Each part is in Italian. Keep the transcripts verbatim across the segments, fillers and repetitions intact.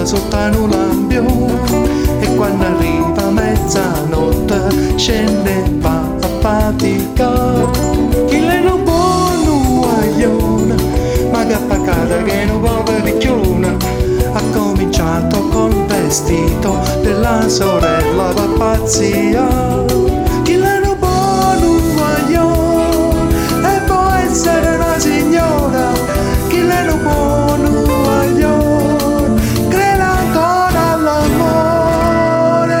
sole sotto un lampione e quando arriva mezzanotte scende e va a faticare. Chi le non buono guaglione, ma che pagata che non povericchione, ha cominciato col vestito della sorella da pazzia. Chi le non buono guaglione e può essere una signora, chi le non buono guaglione creda ancora all'amore.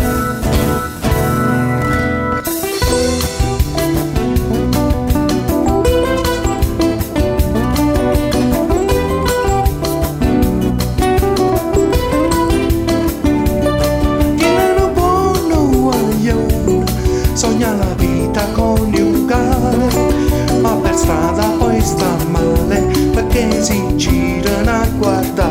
Chi le non buono guaglione sogna la vita coniugale, ma per strada poi sta male perché si girano a guardare